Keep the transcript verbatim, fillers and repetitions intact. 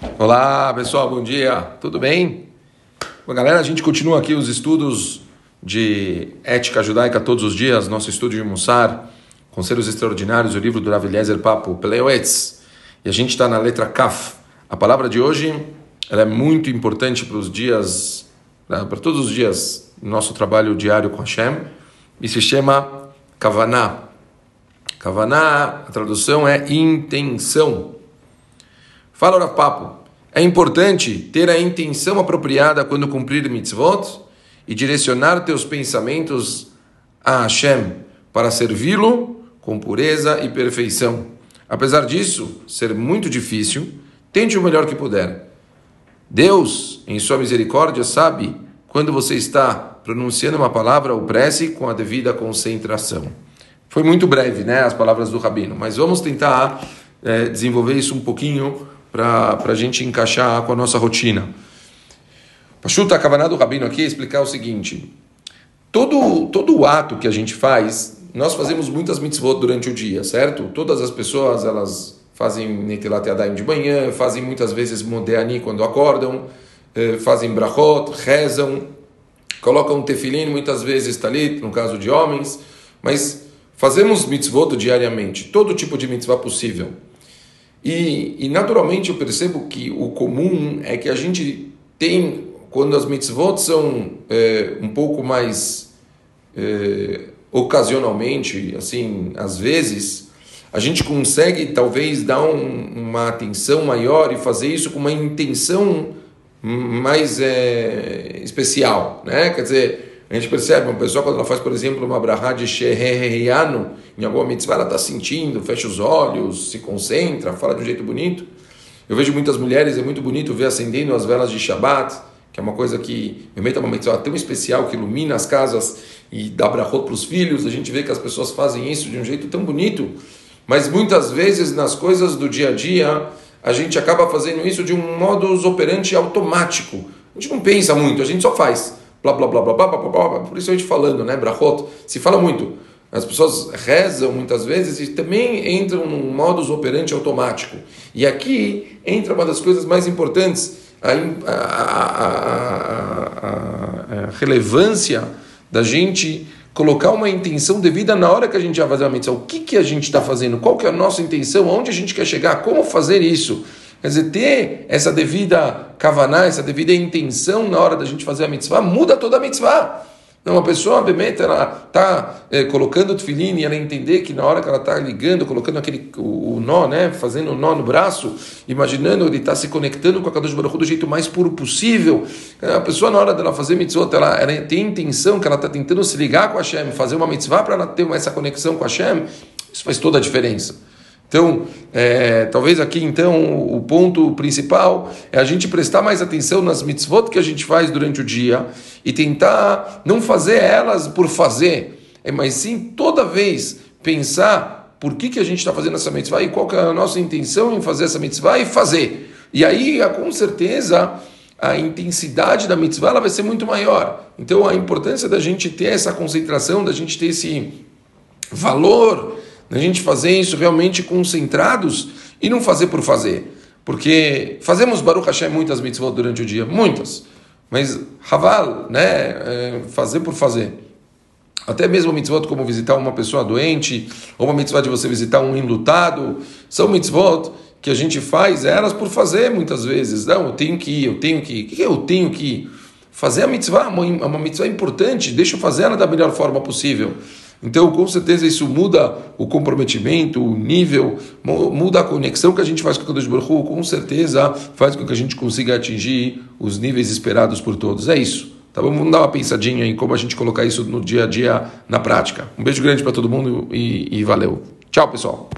Olá pessoal, bom dia, tudo bem? Bom, galera, a gente continua aqui os estudos de ética judaica todos os dias, nosso estudo de Mussar, Conselhos Extraordinários, o livro do Rav Eliezer Papo, Peleoetz, e a gente está na letra Kaf. A palavra de hoje ela é muito importante para os dias, para todos os dias do nosso trabalho diário com Hashem, e se chama Kavaná. Kavaná, a tradução é intenção. Fala, Rav Papo, é importante ter a intenção apropriada quando cumprir mitzvot e direcionar teus pensamentos a Hashem para servi-lo com pureza e perfeição. Apesar disso ser muito difícil, tente o melhor que puder. Deus, em sua misericórdia, sabe quando você está pronunciando uma palavra ou prece com a devida concentração. Foi muito breve, né, as palavras do Rabino, mas vamos tentar é, desenvolver isso um pouquinho para a gente encaixar com a nossa rotina. Pachuta, a Kavaná do Rabino aqui é explicar o seguinte: todo, todo o ato que a gente faz, nós fazemos muitas mitzvot durante o dia, certo? Todas as pessoas, elas fazem Netilat Yadayim de manhã, fazem muitas vezes Modeani quando acordam, fazem brachot, rezam, colocam tefilin, muitas vezes talit, no caso de homens, mas fazemos mitzvot diariamente, todo tipo de mitzvah possível. E, e naturalmente eu percebo que o comum é que a gente tem, quando as mitzvot são é, um pouco mais é, ocasionalmente, assim, às vezes, a gente consegue talvez dar um, uma atenção maior e fazer isso com uma intenção mais é, especial, né? Quer dizer, a gente percebe, uma pessoa quando ela faz, por exemplo, uma brahá de Shehehehianu, em alguma mitzvah, ela está sentindo, fecha os olhos, se concentra, fala de um jeito bonito. Eu vejo muitas mulheres, é muito bonito ver acendendo as velas de Shabbat, que é uma coisa que, realmente é uma mitzvah tão especial, que ilumina as casas e dá brachot para os filhos. A gente vê que as pessoas fazem isso de um jeito tão bonito, mas muitas vezes nas coisas do dia a dia, a gente acaba fazendo isso de um modus operandi automático. A gente não pensa muito, a gente só faz. Blá, blá, blá, blá, blá, blá, blá, blá. Por isso a gente falando, né, brachot, se fala muito. As pessoas rezam muitas vezes e também entram num modus operandi automático. E aqui entra uma das coisas mais importantes, a, a, a, a, a relevância da gente colocar uma intenção devida na hora que a gente vai fazer a mitzvah. O que, que a gente está fazendo? Qual que é a nossa intenção? Aonde a gente quer chegar? Como fazer isso? Quer dizer, ter essa devida kavaná, essa devida intenção na hora da gente fazer a mitzvah, muda toda a mitzvah. Não, uma pessoa, obviamente, ela está é, colocando o tefilim e ela entender que na hora que ela está ligando, colocando aquele, o, o nó, né, fazendo o nó no braço, imaginando ele está se conectando com a Kadosh Baruch Hu do jeito mais puro possível. A pessoa, na hora dela fazer mitzvah, ela, ela tem a intenção que ela está tentando se ligar com Hashem, fazer uma mitzvah para ela ter essa conexão com Hashem. Isso faz toda a diferença. Então, é, talvez aqui, então, o ponto principal é a gente prestar mais atenção nas mitzvot que a gente faz durante o dia e tentar não fazer elas por fazer, mas sim toda vez pensar por que, que a gente está fazendo essa mitzvah e qual que é a nossa intenção em fazer essa mitzvah e fazer. E aí, com certeza, a intensidade da mitzvah ela vai ser muito maior. Então, a importância da gente ter essa concentração, da gente ter esse valor, a gente fazer isso realmente concentrados e não fazer por fazer. Porque fazemos Baruch Hashem muitas mitzvot durante o dia, muitas. Mas Haval, né, é fazer por fazer. Até mesmo mitzvot como visitar uma pessoa doente, ou uma mitzvot de você visitar um enlutado, são mitzvot que a gente faz elas por fazer muitas vezes. Não, eu tenho que ir, eu tenho que ir. O que é eu tenho que ir? Fazer a mitzvah, uma, uma mitzvah importante, deixa eu fazer ela da melhor forma possível. Então, com certeza, isso muda o comprometimento, o nível, muda a conexão que a gente faz com o Kadosh Baruch Hu, com certeza faz com que a gente consiga atingir os níveis esperados por todos. É isso. Tá bom? Vamos dar uma pensadinha em como a gente colocar isso no dia a dia, na prática. Um beijo grande para todo mundo e, e valeu. Tchau, pessoal.